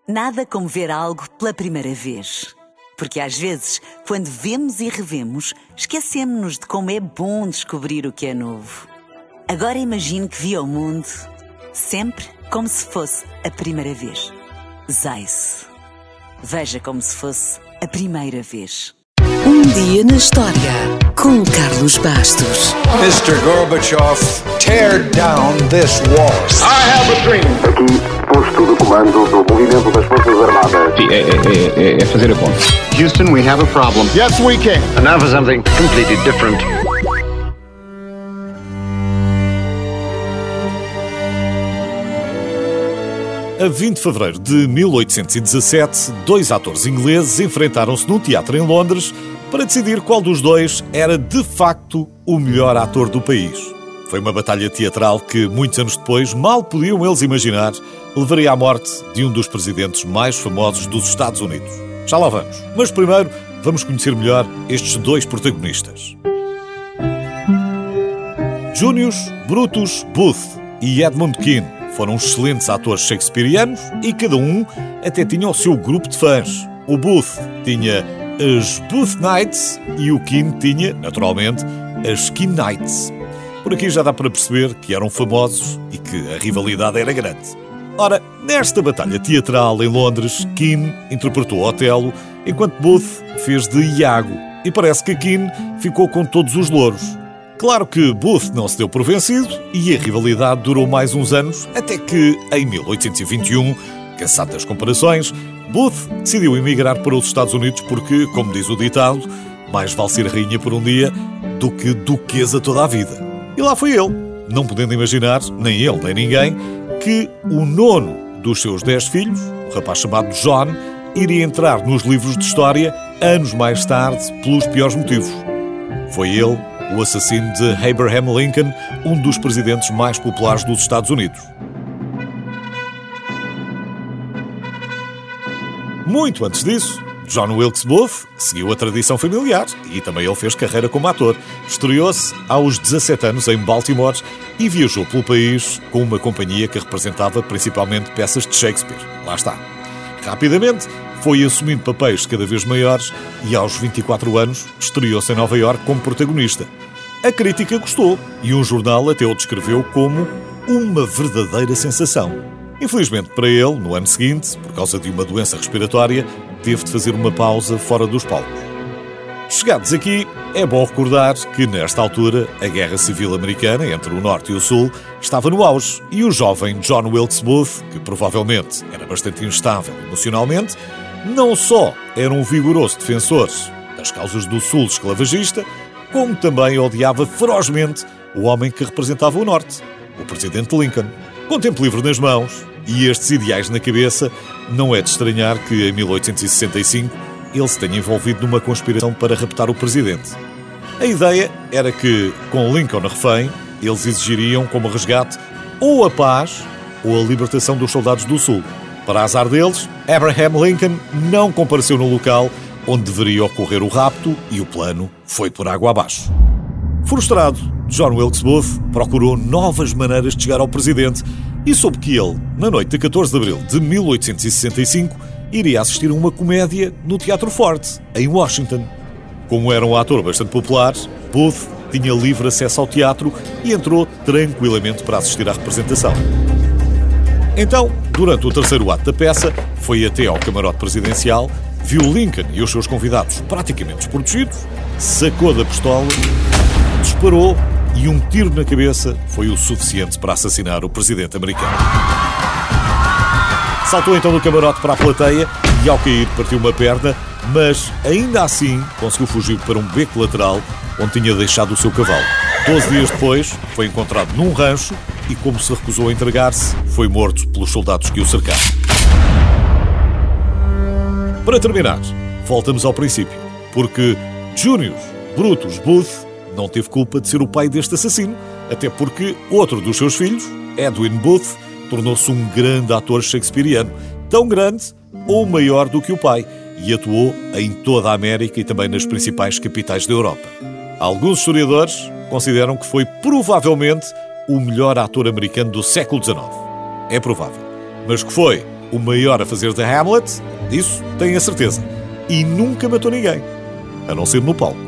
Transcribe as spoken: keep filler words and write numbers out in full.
Nada como ver algo pela primeira vez. Porque às vezes, quando vemos e revemos, esquecemos-nos de como é bom descobrir o que é novo. Agora imagine que viu o mundo sempre como se fosse a primeira vez. Zais. Veja como se fosse a primeira vez. Um dia na história, com Carlos Bastos. mister Gorbachev, tear down this wall. I have a dream. Aqui, posto de comando do movimento das Forças Armadas. Sim, é, é, é, é fazer a conta. Houston, we have a problem. Yes, we can. And now for something completely different. A vinte de fevereiro de mil oitocentos e dezassete, dois atores ingleses enfrentaram-se num teatro em Londres para decidir qual dos dois era de facto o melhor ator do país. Foi uma batalha teatral que, muitos anos depois, mal podiam eles imaginar, levaria à morte de um dos presidentes mais famosos dos Estados Unidos. Já lá vamos. Mas primeiro, vamos conhecer melhor estes dois protagonistas. Junius Brutus Booth e Edmund Kean foram excelentes atores shakespearianos e cada um até tinha o seu grupo de fãs. O Booth tinha as Booth Knights e o Kean tinha, naturalmente, as Kean Knights. Por aqui já dá para perceber que eram famosos e que a rivalidade era grande. Ora, nesta batalha teatral em Londres, Kean interpretou Otelo, enquanto Booth fez de Iago. E parece que Kean ficou com todos os louros. Claro que Booth não se deu por vencido e a rivalidade durou mais uns anos, até que, em mil oitocentos e vinte e um, cansado das comparações, Booth decidiu emigrar para os Estados Unidos porque, como diz o ditado, mais vale ser rainha por um dia do que duquesa toda a vida. E lá foi ele, não podendo imaginar, nem ele nem ninguém, que o nono dos seus dez filhos, o rapaz chamado John, iria entrar nos livros de história anos mais tarde pelos piores motivos. Foi ele o assassino de Abraham Lincoln, um dos presidentes mais populares dos Estados Unidos. Muito antes disso, John Wilkes Booth seguiu a tradição familiar e também ele fez carreira como ator. Estreou-se aos dezassete anos em Baltimore e viajou pelo país com uma companhia que representava principalmente peças de Shakespeare. Lá está. Rapidamente foi assumindo papéis cada vez maiores e aos vinte e quatro anos estreou-se em Nova Iorque como protagonista. A crítica gostou e um jornal até o descreveu como uma verdadeira sensação. Infelizmente para ele, no ano seguinte, por causa de uma doença respiratória, teve de fazer uma pausa fora dos palcos. Chegados aqui, é bom recordar que nesta altura a Guerra Civil Americana entre o Norte e o Sul estava no auge e o jovem John Wilkes Booth, que provavelmente era bastante instável emocionalmente, não só era um vigoroso defensor das causas do Sul esclavagista, como também odiava ferozmente o homem que representava o Norte, o presidente Lincoln. Com tempo livre nas mãos e estes ideais na cabeça, não é de estranhar que em mil oitocentos e sessenta e cinco ele se tenha envolvido numa conspiração para raptar o presidente. A ideia era que, com Lincoln a refém, eles exigiriam como resgate ou a paz ou a libertação dos soldados do Sul. Para azar deles, Abraham Lincoln não compareceu no local onde deveria ocorrer o rapto e o plano foi por água abaixo. Frustrado, John Wilkes Booth procurou novas maneiras de chegar ao presidente e soube que ele, na noite de catorze de abril de mil oitocentos e sessenta e cinco, iria assistir a uma comédia no Teatro Ford, em Washington. Como era um ator bastante popular, Booth tinha livre acesso ao teatro e entrou tranquilamente para assistir à representação. Então, durante o terceiro ato da peça, foi até ao camarote presidencial, viu Lincoln e os seus convidados praticamente desprotegidos, sacou da pistola, disparou e um tiro na cabeça foi o suficiente para assassinar o presidente americano. Saltou então do camarote para a plateia e, ao cair, partiu uma perna, mas ainda assim conseguiu fugir para um beco lateral onde tinha deixado o seu cavalo. Doze dias depois, foi encontrado num rancho e, como se recusou a entregar-se, foi morto pelos soldados que o cercaram. Para terminar, voltamos ao princípio, porque Junius Brutus Booth não teve culpa de ser o pai deste assassino, até porque outro dos seus filhos, Edwin Booth, tornou-se um grande ator shakespeariano, tão grande ou maior do que o pai, e atuou em toda a América e também nas principais capitais da Europa. Alguns historiadores consideram que foi provavelmente o melhor ator americano do século dezenove. É provável. Mas que foi o maior a fazer de Hamlet, disso tenho a certeza. E nunca matou ninguém, a não ser no palco.